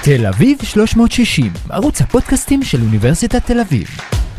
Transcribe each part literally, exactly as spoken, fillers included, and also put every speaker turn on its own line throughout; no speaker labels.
תל אביב שלוש מאות שישים, ערוץ הפודקאסטים של אוניברסיטת תל אביב.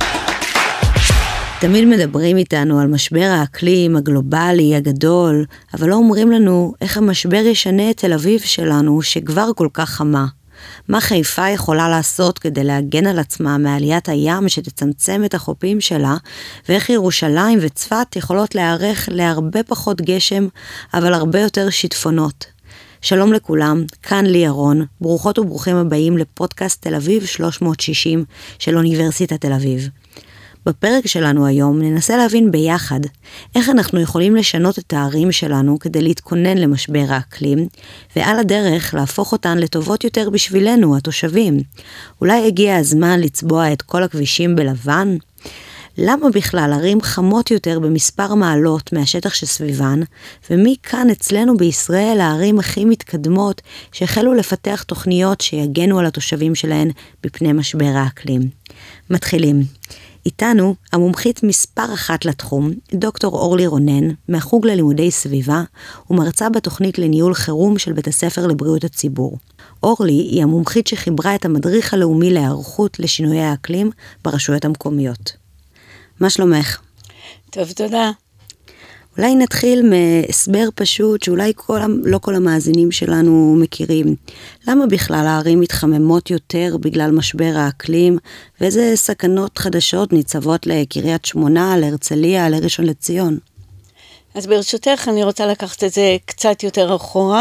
תמיד מדברים איתנו על משבר האקלים הגלובלי הגדול, אבל לא אומרים לנו איך המשבר ישנה את תל אביב שלנו שכבר כל כך חמה. מה חיפה יכולה לעשות כדי להגן על עצמה מעליית הים שתצמצם את החופים שלה, ואיך ירושלים וצפת יכולות להיערך להרבה פחות גשם, אבל הרבה יותר שיטפונות. שלום לכולם, כאן לי ירון, ברוכות וברוכים הבאים לפודקאסט תל אביב שלוש מאות שישים של אוניברסיטת תל אביב. בפרק שלנו היום ננסה להבין ביחד איך אנחנו יכולים לשנות את הערים שלנו כדי להתכונן למשבר האקלים, ועל הדרך להפוך אותן לטובות יותר בשבילנו, התושבים. אולי הגיע הזמן לצבוע את כל הכבישים בלבן? למה בכלל ערים חמות יותר במספר מעלות מהשטח שסביבן, ומי כאן אצלנו בישראל הערים הכי מתקדמות שהחלו לפתח תוכניות שיגנו על התושבים שלהן בפני משבר האקלים? מתחילים. איתנו המומחית מספר אחת לתחום, דוקטור אורלי רונן, מהחוג ללימודי סביבה, ומרצה בתוכנית לניהול חירום של בית הספר לבריאות הציבור. אורלי היא המומחית שחיברה את המדריך הלאומי להיערכות לשינויי האקלים ברשויות המקומיות. מה שלומך?
טוב, תודה.
אולי נתחיל מהסבר פשוט שאולי כל, לא כל המאזינים שלנו מכירים. למה בכלל הערים מתחממות יותר בגלל משבר האקלים, ואיזה סכנות חדשות ניצבות לקריית שמונה, להרצליה, לראשון לציון?
אז ברשותך אני רוצה לקחת את זה קצת יותר אחורה,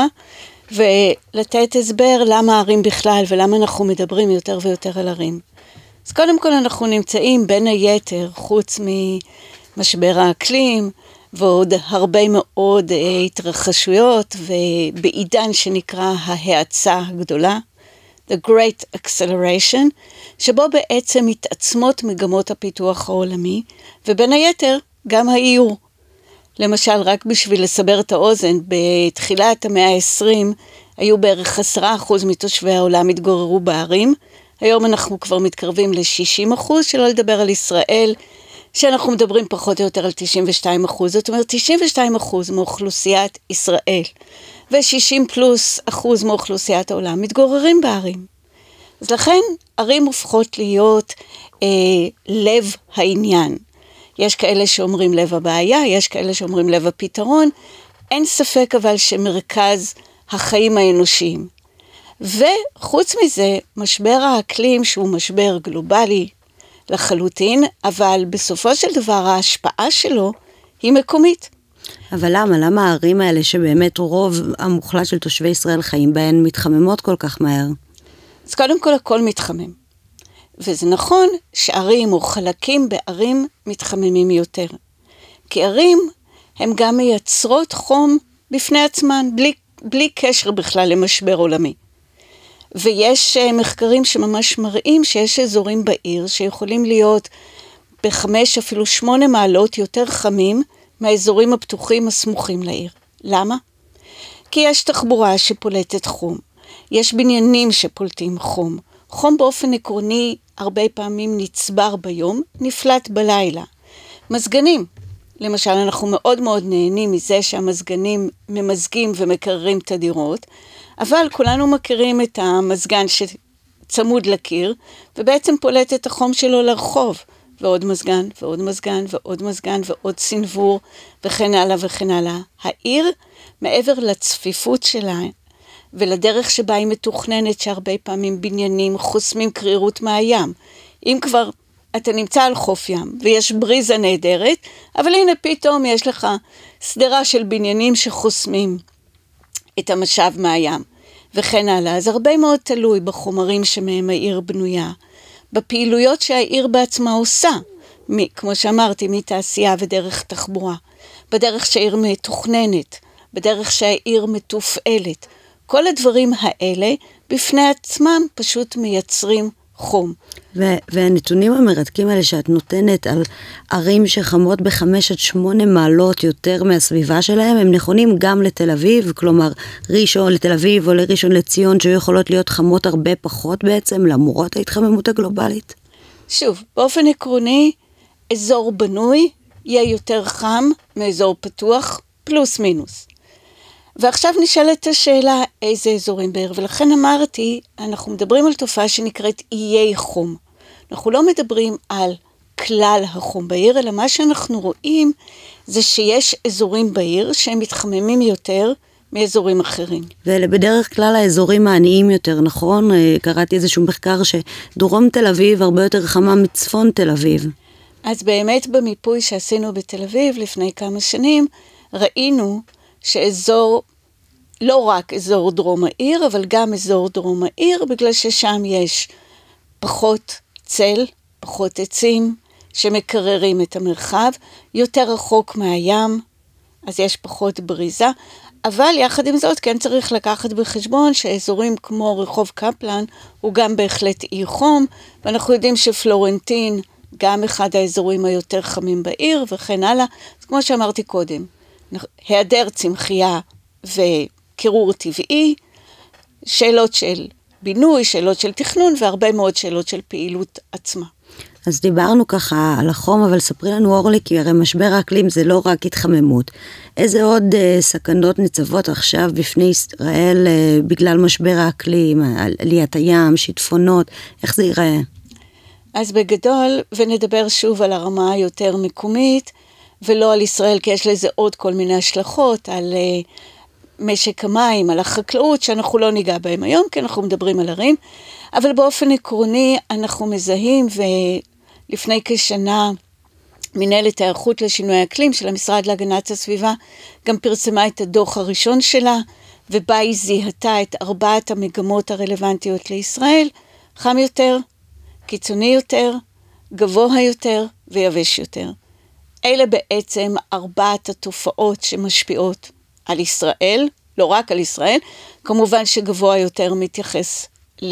ולתת הסבר למה הערים בכלל ולמה אנחנו מדברים יותר ויותר על ערים. אז קודם כל אנחנו נמצאים בין היתר, חוץ ממשבר האקלים, ועוד הרבה מאוד אה, התרחשויות, ובעידן שנקרא ההאצה הגדולה, The Great Acceleration, שבו בעצם מתעצמות מגמות הפיתוח העולמי, ובין היתר גם האיור. למשל, רק בשביל לסבר את האוזן, בתחילת המאה ה-עשרים, היו בערך עשרה אחוז מתושבי העולם התגוררו בערים, היום אנחנו כבר מתקרבים ל-שישים אחוז, שלא לדבר על ישראל, שאנחנו מדברים פחות או יותר על תשעים ושתיים אחוז, זאת אומרת תשעים ושתיים אחוז מאוכלוסיית ישראל, ו-שישים פלוס אחוז מאוכלוסיית העולם מתגוררים בערים. אז לכן ערים הופכות להיות אה, לב העניין. יש כאלה שאומרים לב הבעיה, יש כאלה שאומרים לב הפתרון, אין ספק אבל שמרכז החיים האנושיים. וחוץ מזה, משבר האקלים שהוא משבר גלובלי לחלוטין, אבל בסופו של דבר ההשפעה שלו היא מקומית.
אבל למה? למה הערים האלה שבאמת רוב המוחלט של תושבי ישראל חיים בהן מתחממות כל כך מהר?
אז קודם כל הכל מתחמם. וזה נכון שערים או חלקים בערים מתחממים יותר. כי ערים הם גם מייצרות חום בפני עצמן, בלי, בלי קשר בכלל למשבר עולמי. ויש מחקרים שממש מראים שיש אזורים בעיר שיכולים להיות בחמש אפילו שמונה מעלות יותר חמים מהאזורים הפתוחים הסמוכים לעיר. למה? כי יש תחבורה שפולטת חום, יש בניינים שפולטים חום, חום באופן עקרוני הרבה פעמים נצבר ביום, נפלט בלילה. מזגנים, למשל אנחנו מאוד מאוד נהנים מזה שהמזגנים ממזגים ומקררים את הדירות, אבל כולנו מכירים את המזגן שצמוד לקיר, ובעצם פולט את החום שלו לרחוב, ועוד מזגן, ועוד מזגן, ועוד מזגן, ועוד סנבור, וכן הלאה וכן הלאה. העיר, מעבר לצפיפות שלה, ולדרך שבה היא מתוכננת, שהרבה פעמים בניינים חוסמים קרירות מהים. אם כבר אתה נמצא על חוף ים, ויש בריזה נהדרת, אבל הנה פתאום יש לך סדרה של בניינים שחוסמים את המשאב מהים, וכן הלאה. אז הרבה מאוד תלוי בחומרים שמהם העיר בנויה, בפעילויות שהעיר בעצמה עושה, מ, כמו שאמרתי, מתעשייה ודרך תחבורה, בדרך שהעיר מתוכננת, בדרך שהעיר מתופעלת. כל הדברים האלה בפני עצמם פשוט מייצרים חום.
ו- והנתונים המרתקים האלה שאת נותנת על ערים שחמות בחמש עד שמונה מעלות יותר מהסביבה שלהם, הם נכונים גם לתל אביב, כלומר ראשון לתל אביב או לראשון לציון, שיכולות להיות חמות הרבה פחות בעצם, למרות ההתחממות הגלובלית?
שוב, באופן עקרוני, אזור בנוי יהיה יותר חם מאזור פתוח, פלוס מינוס. ועכשיו נשאלת השאלה איזה אזורים בעיר, ולכן אמרתי, אנחנו מדברים על תופעה שנקראת איי חום. אנחנו לא מדברים על כלל החום בעיר, אלא מה שאנחנו רואים זה שיש אזורים בעיר שהם מתחממים יותר מאזורים אחרים.
ואלה בדרך כלל האזורים העניים יותר, נכון? קראתי איזשהו מחקר שדרום תל אביב הרבה יותר חמה מצפון תל אביב.
אז באמת במיפוי שעשינו בתל אביב לפני כמה שנים, ראינו שאזור, לא רק אזור דרום העיר, אבל גם אזור דרום העיר, בגלל ששם יש פחות צל, פחות עצים, שמקררים את המרחב, יותר רחוק מהים, אז יש פחות בריזה, אבל יחד עם זאת כן צריך לקחת בחשבון שאזורים כמו רחוב קפלן הוא גם בהחלט אי חום, ואנחנו יודעים שפלורנטין גם אחד האזורים היותר חמים בעיר וכן הלאה. אז כמו שאמרתי קודם, היעדר צמחייה וקירור טבעי, שאלות של בינוי, שאלות של תכנון והרבה מאוד שאלות של פעילות עצמה.
אז דיברנו ככה על החום, אבל ספרי לנו אורלי, כי הרי משבר האקלים זה לא רק התחממות. איזה עוד uh, סכנות ניצבות עכשיו בפני ישראל uh, בגלל משבר האקלים, עליית הים, שיטפונות, איך זה ייראה?
אז בגדול, ונדבר שוב על הרמה היותר מקומית, ולא על ישראל, כי יש לזה עוד כל מיני השלכות, על uh, משק המים, על החקלאות, שאנחנו לא ניגע בהם היום, כי אנחנו מדברים על ערים, אבל באופן עקרוני אנחנו מזהים, ולפני כשנה מנהלת ההיערכות לשינוי האקלים של המשרד להגנת הסביבה, גם פרסמה את הדוח הראשון שלה, ובה היא זיהתה את ארבעת המגמות הרלוונטיות לישראל, חם יותר, קיצוני יותר, גבוה יותר ויבש יותר. אלה בעצם ארבעת התופעות שמשפיעות על ישראל, לא רק על ישראל, כמובן שגבוה יותר מתייחס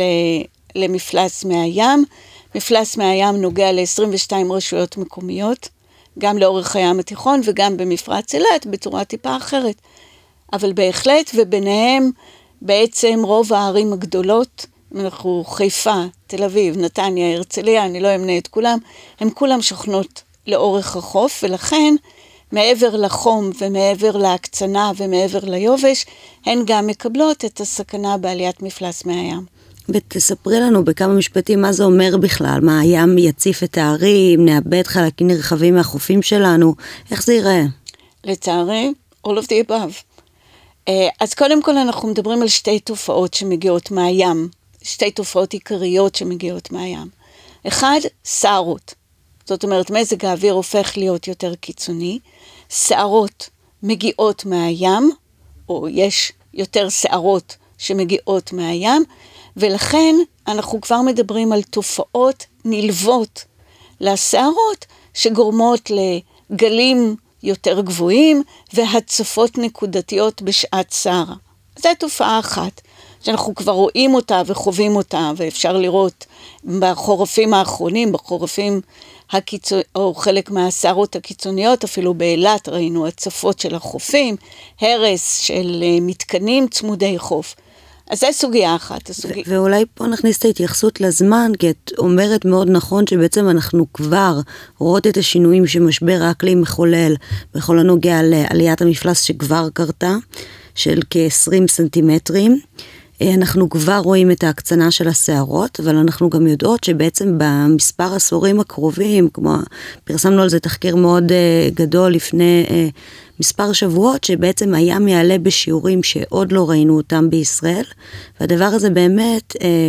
למפלס מהים. מפלס מהים נוגע ל-עשרים ושתיים רשויות מקומיות, גם לאורך הים התיכון וגם במפרץ אילת בצורה טיפה אחרת. אבל בהחלט, וביניהם בעצם רוב הערים הגדולות, אנחנו חיפה, תל אביב, נתניה, הרצליה, אני לא אמנה את כולם, הם כולם שוכנות לאורך החוף, ולכן מעבר לחום ומעבר להקצנה ומעבר ליובש, הן גם מקבלות את הסכנה בעליית מפלס מהים.
ותספרי לנו בכמה משפטים מה זה אומר בכלל, מה הים יציף את הערים, נאבד חלקים נרחבים מהחופים שלנו, איך זה ייראה?
לצערי, all of the above. אז קודם כל אנחנו מדברים על שתי תופעות שמגיעות מהים, שתי תופעות עיקריות שמגיעות מהים. אחד, סערות. זאת אומרת, מזג האוויר הופך להיות יותר קיצוני, סערות מגיעות מהים, או יש יותר סערות שמגיעות מהים, ולכן אנחנו כבר מדברים על תופעות נלוות לסערות, שגורמות לגלים יותר גבוהים, והצפות נקודתיות בשעת סערה. זו תופעה אחת, שאנחנו כבר רואים אותה וחווים אותה, ואפשר לראות בחורפים האחרונים, בחורפים הקיצון, או חלק מהסערות הקיצוניות, אפילו באילת ראינו הצפות של החופים, הרס של מתקנים צמודי חוף. אז זו סוגיה אחת. הסוגיה...
ו- ואולי פה נכניס את ההתייחסות לזמן, כי את אומרת מאוד נכון שבעצם אנחנו כבר רואות את השינויים שמשבר האקלים מחולל, בכל הנוגע לעליית המפלס שכבר קרתה, של כ-עשרים סנטימטרים. אנחנו כבר רואים את ההקצנה של הסערות, אבל אנחנו גם יודעות שבעצם במספר עשורים הקרובים, כמו פרסמנו על זה תחקיר מאוד גדול לפני מספר שבועות, שבעצם הים יעלה בשיעורים שעוד לא ראינו אותם בישראל, והדבר הזה באמת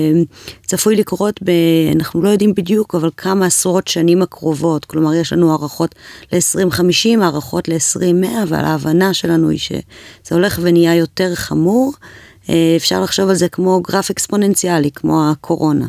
צפוי לקרות, ב, אנחנו לא יודעים בדיוק, אבל כמה עשרות שנים הקרובות, כלומר יש לנו הערכות ל-עשרים חמישים, הערכות ל-עשרים מאה, אבל ההבנה שלנו היא שזה הולך ונהיה יותר חמור, אפשר לחשוב על זה כמו גרף אקספוננציאלי, כמו הקורונה.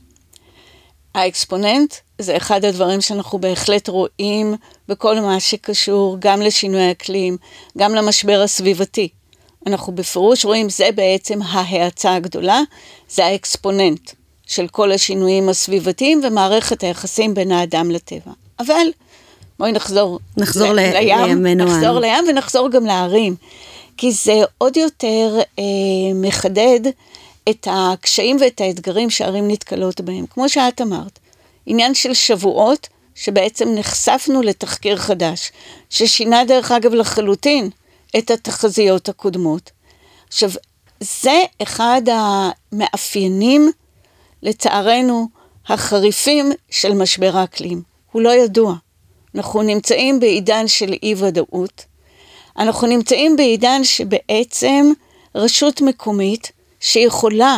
האקספוננט זה אחד הדברים שאנחנו בהחלט רואים בכל מה שקשור גם לשינוי האקלים, גם למשבר הסביבתי. אנחנו בפירוש רואים, זה בעצם ההאצה הגדולה, זה האקספוננט של כל השינויים הסביבתיים ומערכת היחסים בין האדם לטבע. אבל בואי נחזור,
נחזור
ל-
ל-
לים,
לימינו.
נחזור לים ונחזור גם לערים. כי זה עוד יותר אה, מחדד את הקשיים ואת האתגרים שהערים נתקלות בהם. כמו שאת אמרת, עניין של שבועות, שבעצם נחשפנו לתחקיר חדש, ששינה דרך אגב לחלוטין את התחזיות הקודמות. עכשיו, זה אחד המאפיינים, לצערנו, החריפים של משבר האקלים. הוא לא ידוע. אנחנו נמצאים בעידן של אי-ודאות. אנחנו נמצאים בעידן שבעצם רשות מקומית שיכולה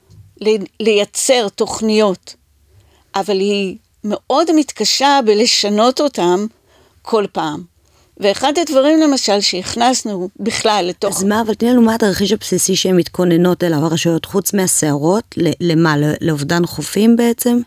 לייצר תוכניות, אבל היא מאוד מתקשה בלשנות אותם כל פעם. ואחד הדברים למשל שהכנסנו בכלל לתוך...
אז מה, אבל תני לנו מה התרחיש הבסיסי שהן מתכוננות אליו הרשויות, חוץ מהסערות, למה, לאובדן חופים בעצם?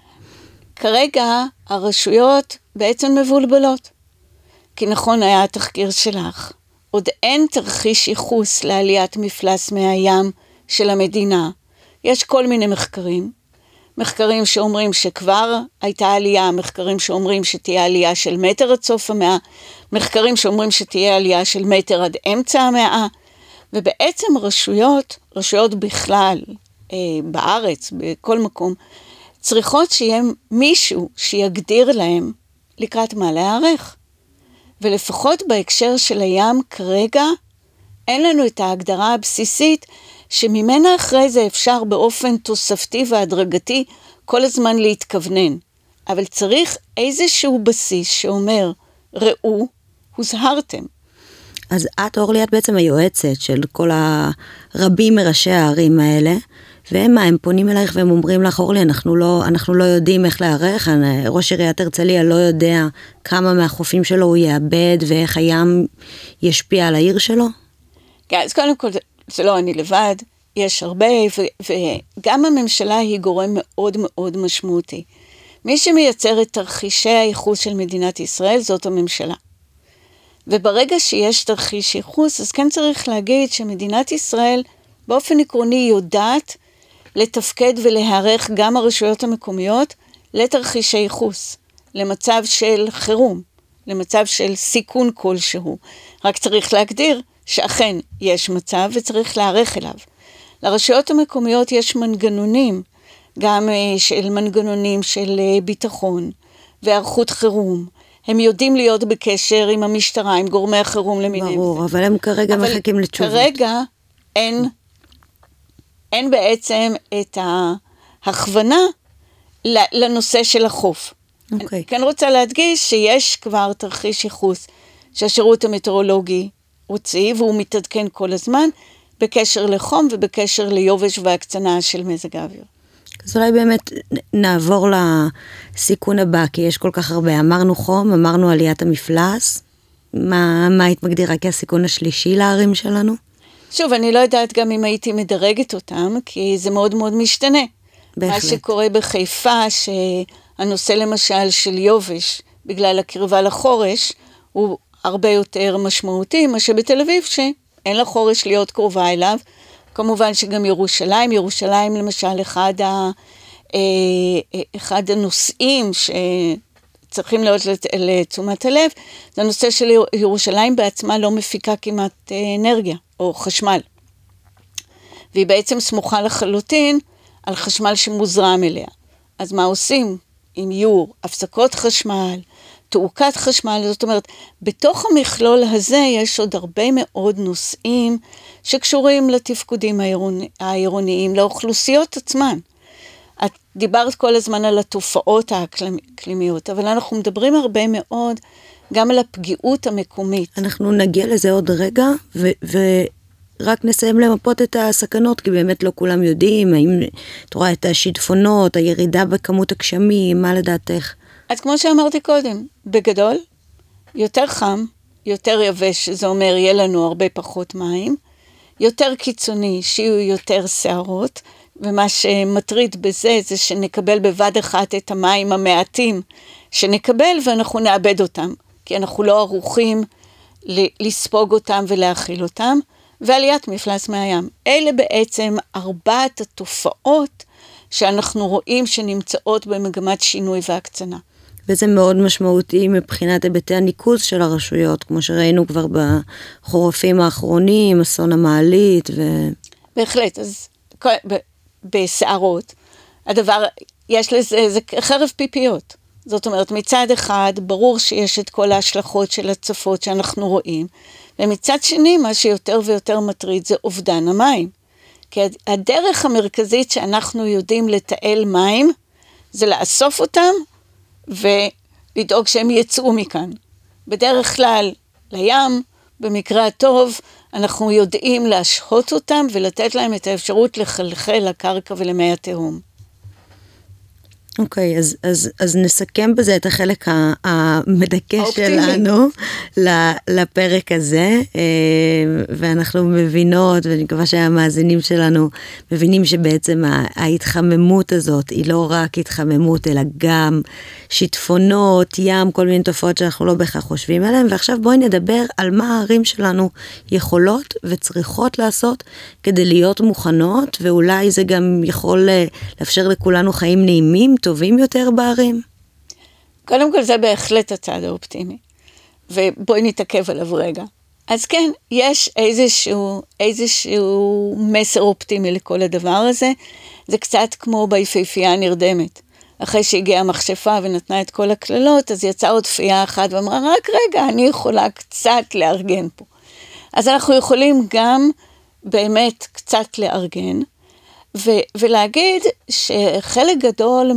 כרגע הרשויות בעצם מבולבלות. כי נכון היה התחקיר שלך. עוד אין תרחיש ייחוס לעליית מפלס מהים של המדינה. יש כל מיני מחקרים. מחקרים שאומרים שכבר הייתה עלייה, מחקרים שאומרים שתהיה עלייה של מטר עד סוף המאה, מחקרים שאומרים שתהיה עלייה של מטר עד אמצע המאה, ובעצם רשויות, רשויות בכלל, אה, בארץ, בכל מקום, צריכות שיהיה מישהו שיגדיר להם לקראת מה להיערך. ולפחות בהקשר של הים כרגע, אין לנו את ההגדרה הבסיסית, שממנה אחרי זה אפשר באופן תוספתי והדרגתי כל הזמן להתכוונן. אבל צריך איזשהו בסיס שאומר, ראו, הוזהרתם.
אז את, אורלי, את בעצם היועצת של כל הרבים מראשי הערים האלה, והם מה, הם פונים אלייך והם אומרים לך, אורלי, אנחנו לא, אנחנו לא יודעים איך להיערך, ראש עיריית הרצליה לא יודע כמה מהחופים שלו הוא יאבד, ואיך הים ישפיע על העיר שלו?
כן, אז קודם כל, זה לא אני לבד, יש הרבה, ו- וגם הממשלה היא גורם מאוד מאוד משמעותי. מי שמייצר את תרחישי הייחוס של מדינת ישראל, זאת הממשלה. וברגע שיש תרחיש ייחוס, אז כן צריך להגיד שמדינת ישראל, באופן עקרוני יודעת לתפקד ולהיערך גם הרשויות המקומיות לתרחישי ייחוס, למצב של חירום, למצב של סיכון כלשהו. רק צריך להגדיר שאכן יש מצב וצריך להיערך אליו. לרשויות המקומיות יש מנגנונים, גם של מנגנונים של ביטחון וערכות חירום. הם יודעים להיות בקשר עם המשטרה, עם גורמי החירום למיניהם.
ברור, אבל הם כרגע מחכים לתשובות.
כרגע אין, אין בעצם את ההכוונה לנושא של החוף.
אוקיי.
אני כן רוצה להדגיש שיש כבר תרחיש ייחוס שהשירות המטאורולוגי הוציא, והוא מתעדכן כל הזמן, בקשר לחום ובקשר ליובש והקצנה של מזג האוויר.
אז אולי באמת נעבור לסיכון הבא, כי יש כל כך הרבה. אמרנו חום, אמרנו עליית המפלס. מה, מה היית מגדירה כהסיכון השלישי לערים שלנו?
שוב, אני לא יודעת גם אם הייתי מדרגת אותם, כי זה מאוד מאוד משתנה. בהחלט. מה שקורה בחיפה, שהנושא למשל של יובש, בגלל הקרבה לחורש, הוא הרבה יותר משמעותי, מה שבתל אביב שאין לחורש להיות קרובה אליו. כמובן שגם ירושלים, ירושלים למשל אחד, ה, אחד הנושאים שצריכים להיות לתשומת הלב, זה הנושא של ירושלים בעצמה לא מפיקה כמעט אנרגיה או חשמל. והיא בעצם סמוכה לחלוטין על חשמל שמוזרם אליה. אז מה עושים? אם יהיו הפסקות חשמל, תעוקת חשמל, זאת אומרת, בתוך המכלול הזה יש עוד הרבה מאוד נושאים שקשורים לתפקודים העירוניים, לאוכלוסיות עצמן. את דיברת כל הזמן על התופעות האקלימיות, אבל אנחנו מדברים הרבה מאוד גם על הפגיעות המקומית.
אנחנו נגיע לזה עוד רגע, ורק נסיים למפות את הסכנות, כי באמת לא כולם יודעים, האם את רואה את השיטפונות, הירידה בכמות הגשמים, מה לדעתך?
אז כמו שאמרתי קודם, בגדול, יותר חם, יותר יבש, זה אומר יהיה לנו הרבה פחות מים, יותר קיצוני, שיהיו יותר שערות, ומה שמטריד בזה זה שנקבל בבד אחת את המים המעטים שנקבל ואנחנו נאבד אותם, כי אנחנו לא ערוכים לספוג אותם ולהכיל אותם, ועליית מפלס מהים. אלה בעצם ארבעת התופעות שאנחנו רואים שנמצאות במגמת שינוי והקצנה.
וזה מאוד משמעותי מבחינת היבטי הניקוז של הרשויות, כמו שראינו כבר בחורפים האחרונים, אסון המעלית ו...
בהחלט, אז בסערות, הדבר, יש לזה, זה חרב פיפיות. זאת אומרת, מצד אחד, ברור שיש את כל ההשלכות של הצפות שאנחנו רואים, ומצד שני, מה שיותר ויותר מטריד זה אובדן המים. כי הדרך המרכזית שאנחנו יודעים לתעל מים, זה לאסוף אותם ולדאוג שהם יצאו מכאן. בדרך כלל לים, במקרה הטוב, אנחנו יודעים להשהות אותם ולתת להם את האפשרות לחלחל לקרקע ולמי התהום.
אוקיי, אז, אז, אז נסכם בזה את החלק המדכא שלנו לפרק הזה, ואנחנו מבינות, ואני מקווה שהמאזינים שלנו מבינים שבעצם ההתחממות הזאת היא לא רק התחממות, אלא גם שיטפונות, ים, כל מיני תופעות שאנחנו לא בכך חושבים עליהן, ועכשיו בואי נדבר על מה הערים שלנו יכולות וצריכות לעשות כדי להיות מוכנות, ואולי זה גם יכול לאפשר לכולנו חיים נעימים, טובים יותר בערים?
קודם כל זה בהחלט הצד האופטימי, ובואי נתעכב עליו רגע. אז כן, יש איזשהו, איזשהו מסר אופטימי לכל הדבר הזה, זה קצת כמו ביפהפייה הנרדמת. אחרי שהגיעה המכשפה ונתנה את כל הכללות, אז יצאה עוד תפייה אחת ואמרה, רק רגע, אני יכולה קצת לארגן פה. אז אנחנו יכולים גם באמת קצת לארגן, ו- ולהגיד שחלק גדול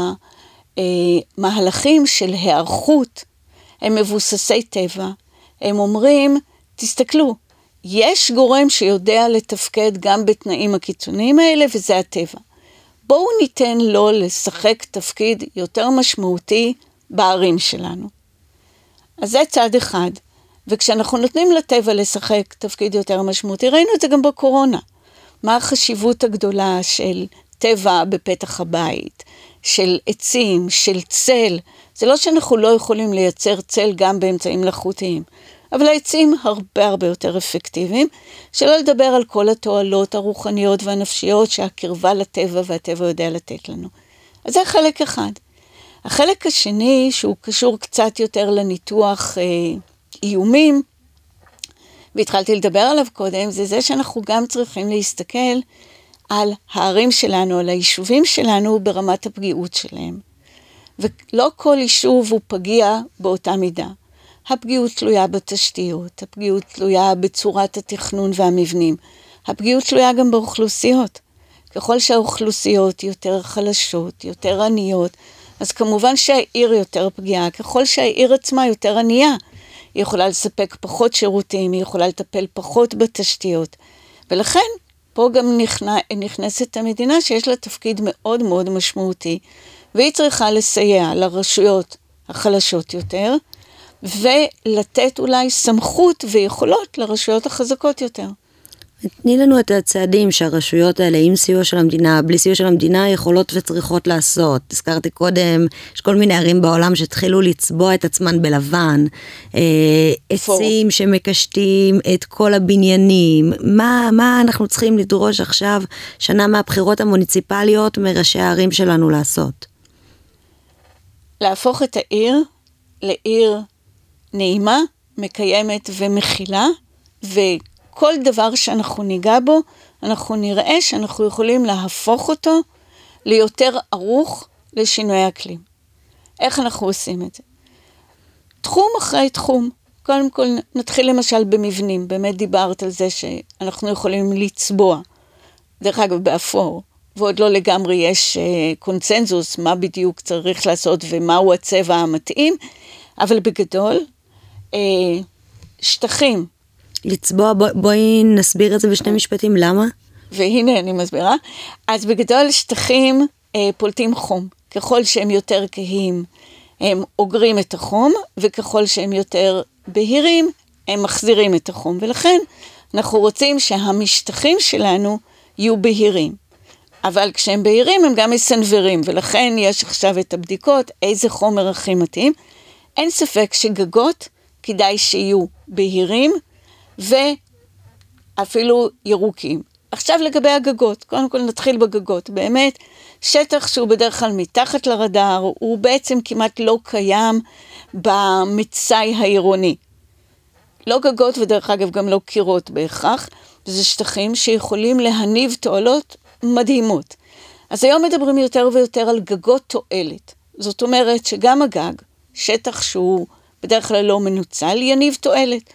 מהמהלכים של הערכות הם מבוססי טבע. הם אומרים, תסתכלו, יש גורם שיודע לתפקד גם בתנאים הקיצוניים האלה, וזה הטבע. בואו ניתן לו לשחק תפקיד יותר משמעותי בערים שלנו. אז זה צד אחד. וכשאנחנו נותנים לטבע לשחק תפקיד יותר משמעותי, ראינו את זה גם בקורונה. מה החשיבות הגדולה של טבע בפתח הבית, של עצים, של צל. זה לא שאנחנו לא יכולים לייצר צל גם באמצעים מלאכותיים, אבל העצים הרבה הרבה יותר אפקטיביים, שלא לדבר על כל התועלות הרוחניות והנפשיות שהקרבה לטבע והטבע יודע לתת לנו. אז זה חלק אחד. החלק השני, שהוא קשור קצת יותר לניתוח אה, איומים, והתחלתי לדבר עליו קודם, זה זה שאנחנו גם צריכים להסתכל על הערים שלנו, על היישובים שלנו ברמת הפגיעות שלהם. ולא כל יישוב הוא פגיע באותה מידה. הפגיעות תלויה בתשתיות, הפגיעות תלויה בצורת התכנון והמבנים, הפגיעות תלויה גם באוכלוסיות. ככל שהאוכלוסיות יותר חלשות, יותר עניות, אז כמובן שהעיר יותר פגיעה, ככל שהעיר עצמה יותר ענייה, היא יכולה לספק פחות שירותים, היא יכולה לטפל פחות בתשתיות. ולכן, פה גם נכנסת המדינה שיש לה תפקיד מאוד מאוד משמעותי, והיא צריכה לסייע לרשויות החלשות יותר, ולתת אולי סמכות ויכולות לרשויות החזקות יותר.
תני לנו את הצעדים שהרשויות האלה, עם סיוע של המדינה, בלי סיוע של המדינה, יכולות וצריכות לעשות. הזכרתי קודם, יש כל מיני ערים בעולם שהתחילו לצבוע את עצמן בלבן, עצים שמקשטים את כל הבניינים. מה, מה אנחנו צריכים לדרוש עכשיו, שנה מהבחירות המוניציפליות, מראשי הערים שלנו לעשות?
להפוך את העיר לעיר נעימה, מקיימת ומכילה, וכל דבר שאנחנו ניגע בו, אנחנו נראה שאנחנו יכולים להפוך אותו ליותר ערוך לשינוי אקלים. איך אנחנו עושים את זה? תחום אחרי תחום. קודם כל נתחיל למשל במבנים. באמת דיברת על זה שאנחנו יכולים לצבוע. דרך אגב באפור. ועוד לא לגמרי יש uh, קונצנזוס מה בדיוק צריך לעשות ומהו הצבע המתאים. אבל בגדול, uh, שטחים.
לצבוע, בוא, בואי נסביר את זה בשני משפטים. למה?
והנה אני מסבירה. אז בגדול שטחים uh, פולטים חום. ככל שהם יותר כהים, הם אוגרים את החום, וככל שהם יותר בהירים, הם מחזירים את החום. ולכן אנחנו רוצים שהמשטחים שלנו יהיו בהירים. אבל כשהם בהירים הם גם מסנוורים, ולכן יש עכשיו את הבדיקות, איזה חומר הכי מתאים. אין ספק שגגות כדאי שיהיו בהירים, ואפילו ירוקים. עכשיו לגבי הגגות, קודם כל נתחיל בגגות. באמת, שטח שהוא בדרך כלל מתחת לרדאר, הוא בעצם כמעט לא קיים במצאי העירוני. לא גגות ודרך אגב גם לא קירות בהכרח, זה שטחים שיכולים להניב תועלות מדהימות. אז היום מדברים יותר ויותר על גגות תועלת. זאת אומרת שגם הגג, שטח שהוא בדרך כלל לא מנוצל, יניב תועלת.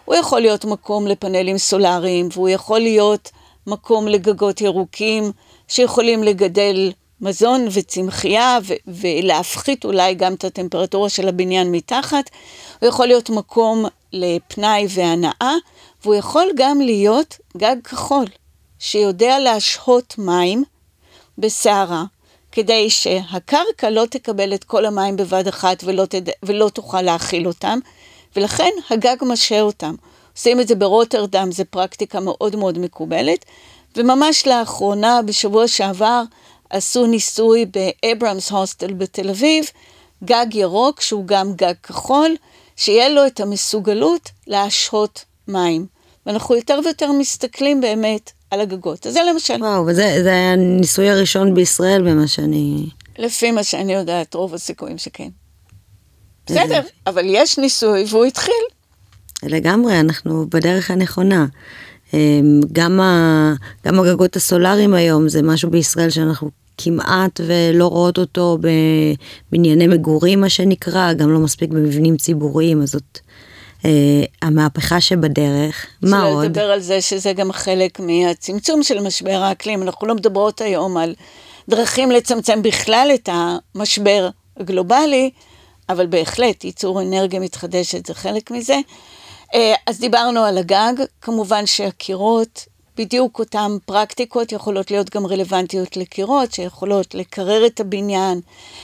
הוא יכול להיות מקום לפאנלים סולאריים, והוא יכול להיות מקום לגגות ירוקים, שיכולים לגדל מזון וצמחייה, ו- ולהפחית אולי גם את הטמפרטורה של הבניין מתחת. הוא יכול להיות מקום לפנאי והנאה, והוא יכול גם להיות גג כחול, שיודע להשהות מים בסערה, כדי שהקרקע לא תקבל את כל המים בבת אחת ולא, תד... ולא תוכל להכיל אותם, ולכן הגג משה אותם. עושים את זה ברוטרדם, זה פרקטיקה מאוד מאוד מקובלת, וממש לאחרונה, בשבוע שעבר, עשו ניסוי באברהמס הוסטל בתל אביב, גג ירוק שהוא גם גג כחול, שיהיה לו את המסוגלות להשהות מים. ואנחנו יותר ויותר מסתכלים באמת על הגגות. אז זה למשל.
וואו, וזה זה היה הניסוי הראשון בישראל במה שאני...
לפי מה שאני יודעת, רוב הסיכויים שכן. בסדר, אבל יש ניסוי והוא התחיל.
לגמרי, אנחנו בדרך הנכונה. גם, ה, גם הגגות הסולאריים היום, זה משהו בישראל שאנחנו כמעט ולא רואות אותו בבנייני מגורים, מה שנקרא, גם לא מספיק במבנים ציבוריים, אז זאת אה, המהפכה שבדרך. מה עוד?
שלא לדבר על זה שזה גם חלק מהצמצום של משבר האקלים, אנחנו לא מדברות היום על דרכים לצמצם בכלל את המשבר הגלובלי, אבל בהחלט ייצור אנרגיה מתחדשת זה חלק מזה. אז דיברנו על הגג, כמובן שהקירות, בדיוק אותן פרקטיקות יכולות להיות גם רלוונטיות לקירות, שיכולות לקרר את הבניין,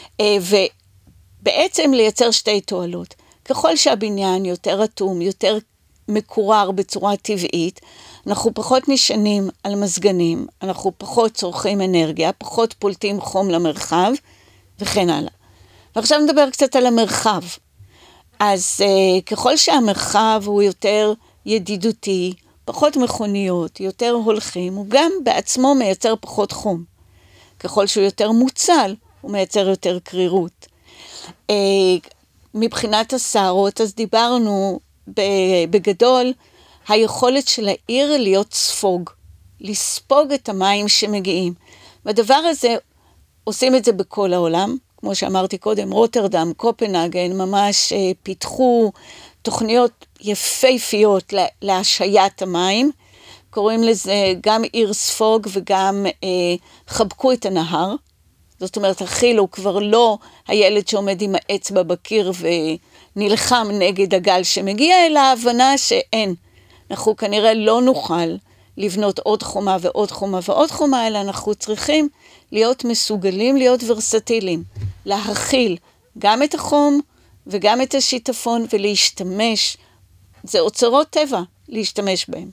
ובעצם לייצר שתי תועלות. ככל שהבניין יותר אטום, יותר מקורר בצורה טבעית, אנחנו פחות נשענים על מזגנים, אנחנו פחות צורכים אנרגיה, פחות פולטים חום למרחב, וכן הלאה. ועכשיו נדבר קצת על המרחב. אז uh, ככל שהמרחב הוא יותר ידידותי, פחות מכוניות, יותר הולכים, הוא גם בעצמו מייצר פחות חום. ככל שהוא יותר מוצל, הוא מייצר יותר קרירות. Uh, מבחינת הסערות, אז דיברנו בגדול, היכולת של העיר להיות ספוג, לספוג את המים שמגיעים. והדבר הזה, עושים את זה בכל העולם, כמו שאמרתי קודם, רוטרדם, קופנהגן, ממש אה, פיתחו תוכניות יפהפיות לה, להשהיית המים, קוראים לזה גם עיר ספוג וגם אה, חבקו את הנהר, זאת אומרת, החיל הוא כבר לא הילד שעומד עם האצבע בקיר ונלחם נגד הגל שמגיע, אלא ההבנה שאין. אנחנו כנראה לא נוכל לבנות עוד חומה ועוד חומה ועוד חומה, אלא אנחנו צריכים להיות מסוגלים, להיות ורסטיליים, להכיל גם את החום וגם את השיטפון ולהשתמש, זה אוצרות טבע, להשתמש בהם.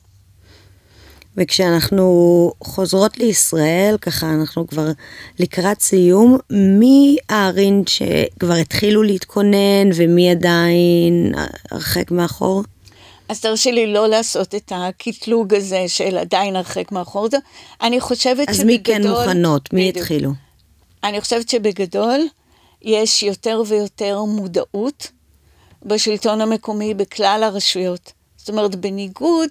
וכשאנחנו חוזרות לישראל, ככה אנחנו כבר לקראת סיום, מי הערים שכבר התחילו להתכונן ומי עדיין הרחק מאחור?
אז תרשי לי לא לעשות את הקטלוג הזה של עדיין הרחק מאחור. אני חושבת
אז
שבגדול...
מי כן מוכנות? מי
בדיוק.
התחילו?
אני חושבת שבגדול יש יותר ויותר מודעות בשלטון המקומי בכלל הרשויות. זאת אומרת, בניגוד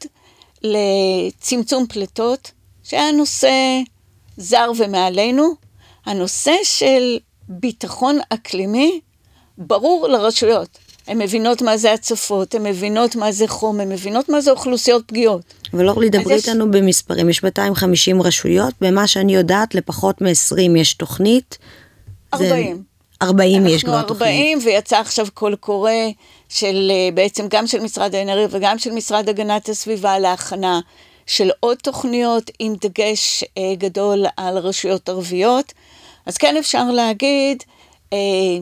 לצמצום פלטות, שהיה נושא זר ומעלינו, הנושא של ביטחון אקלימי ברור לרשויות. הן מבינות מה זה הצפות, הן מבינות מה זה חום, הן מבינות מה זה אוכלוסיות פגיעות.
אבל אורלי, דברי
יש...
איתנו במספרים, יש מאתיים וחמישים רשויות, במה שאני יודעת, לפחות מ-עשרים יש תוכנית.
ארבעים.
זה... ארבעים יש כבר תוכנית.
אנחנו ארבעים, ויצא עכשיו קול קורא של, בעצם גם של משרד האנרגיה וגם של משרד הגנת הסביבה להכנה של עוד תוכניות עם דגש אה, גדול על רשויות ערביות. אז כן אפשר להגיד, אה,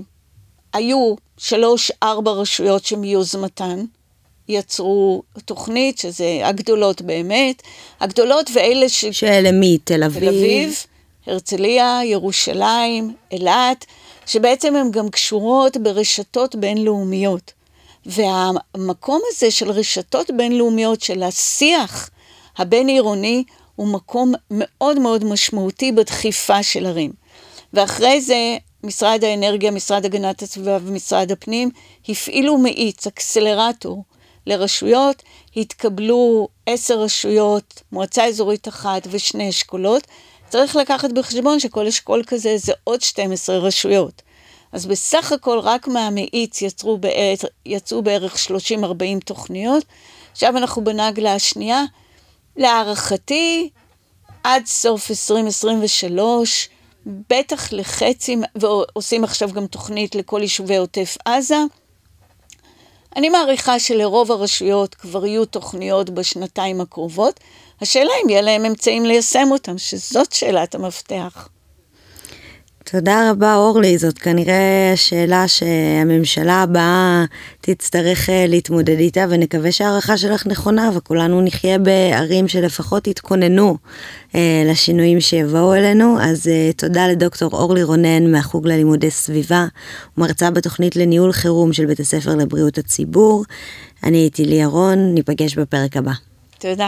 היו שלוש, ארבע רשויות שמיוזמתן יצרו תוכנית, שזה הגדולות באמת, הגדולות ואלה ש...
שאלה מי? תל אביב.
תל אביב, הרצליה, ירושלים, אילת, שבעצם הן גם קשורות ברשתות בינלאומיות. והמקום הזה של רשתות בינלאומיות, של השיח הבין עירוני, הוא מקום מאוד מאוד משמעותי בדחיפה של ערים. ואחרי זה, משרד האנרגיה, משרד הגנת הסביבה ומשרד הפנים, הפעילו מאיץ, אקסלרטור לרשויות, התקבלו עשר רשויות, מועצה אזורית אחת ושני אשכולות, צריך לקחת בחשבון שכל אשכול כזה זה עוד שתים עשרה רשויות. אז בסך הכל רק מהמאיץ יצרו בערך, יצאו בערך שלושים ארבעים תוכניות, עכשיו אנחנו בנגלה השנייה, להערכתי, עד סוף עשרים עשרים ושלוש, בטח לחצי, ועושים עכשיו גם תוכנית לכל יישובי עוטף עזה. אני מעריכה שלרוב הרשויות כבר יהיו תוכניות בשנתיים הקרובות. השאלה אם יהיה להם אמצעים ליישם אותם, שזאת שאלת המפתח.
תודה רבה אורלי, זאת כנראה שאלה שהממשלה הבאה תצטרך להתמודד איתה, ונקווה שהערכה שלך נכונה, וכולנו נחיה בערים שלפחות יתכוננו אה, לשינויים שיבואו אלינו. אז אה, תודה לדוקטור אורלי רונן מהחוג ללימודי סביבה, ומרצה בתוכנית לניהול חירום של בית הספר לבריאות הציבור. אני הייתי לי ירון, ניפגש בפרק הבא.
תודה.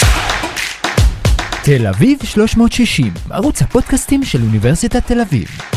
תל אביב שלוש מאות שישים, ערוץ הפודקאסטים של אוניברסיטת תל אביב.